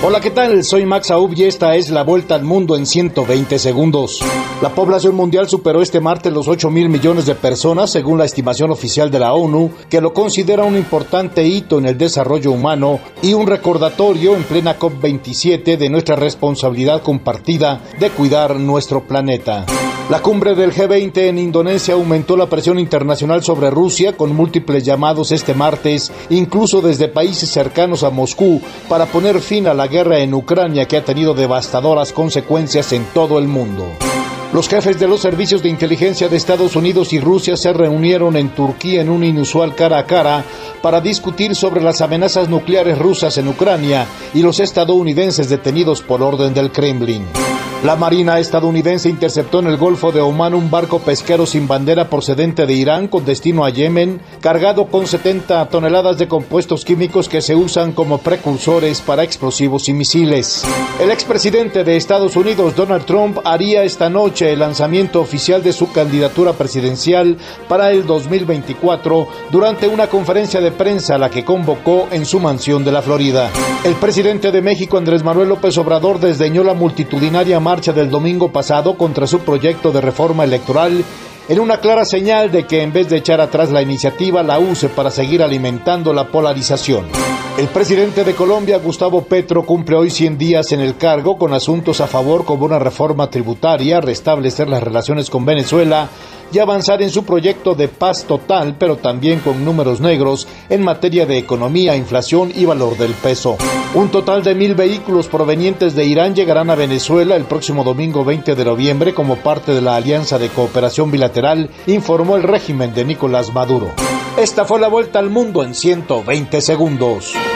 Hola, ¿qué tal? Soy Max Aub y esta es la vuelta al mundo en 120 segundos. La población mundial superó este martes los 8.000 millones de personas, según la estimación oficial de la ONU, que lo considera un importante hito en el desarrollo humano y un recordatorio en plena COP27 de nuestra responsabilidad compartida de cuidar nuestro planeta. La cumbre del G20 en Indonesia aumentó la presión internacional sobre Rusia con múltiples llamados este martes, incluso desde países cercanos a Moscú, para poner fin a la guerra en Ucrania que ha tenido devastadoras consecuencias en todo el mundo. Los jefes de los servicios de inteligencia de Estados Unidos y Rusia se reunieron en Turquía en un inusual cara a cara para discutir sobre las amenazas nucleares rusas en Ucrania y los estadounidenses detenidos por orden del Kremlin. La Marina estadounidense interceptó en el Golfo de Omán un barco pesquero sin bandera procedente de Irán con destino a Yemen, cargado con 70 toneladas de compuestos químicos que se usan como precursores para explosivos y misiles. El expresidente de Estados Unidos, Donald Trump, haría esta noche el lanzamiento oficial de su candidatura presidencial para el 2024 durante una conferencia de prensa a la que convocó en su mansión de la Florida. El presidente de México, Andrés Manuel López Obrador, desdeñó la multitudinaria marcha del domingo pasado contra su proyecto de reforma electoral en una clara señal de que en vez de echar atrás la iniciativa la use para seguir alimentando la polarización. El presidente de Colombia, Gustavo Petro, cumple hoy 100 días en el cargo con asuntos a favor como una reforma tributaria, restablecer las relaciones con Venezuela y avanzar en su proyecto de paz total, pero también con números negros en materia de economía, inflación y valor del peso. Un total de 1.000 vehículos provenientes de Irán llegarán a Venezuela el próximo domingo 20 de noviembre como parte de la Alianza de Cooperación Bilateral, informó el régimen de Nicolás Maduro. Esta fue la vuelta al mundo en 120 segundos.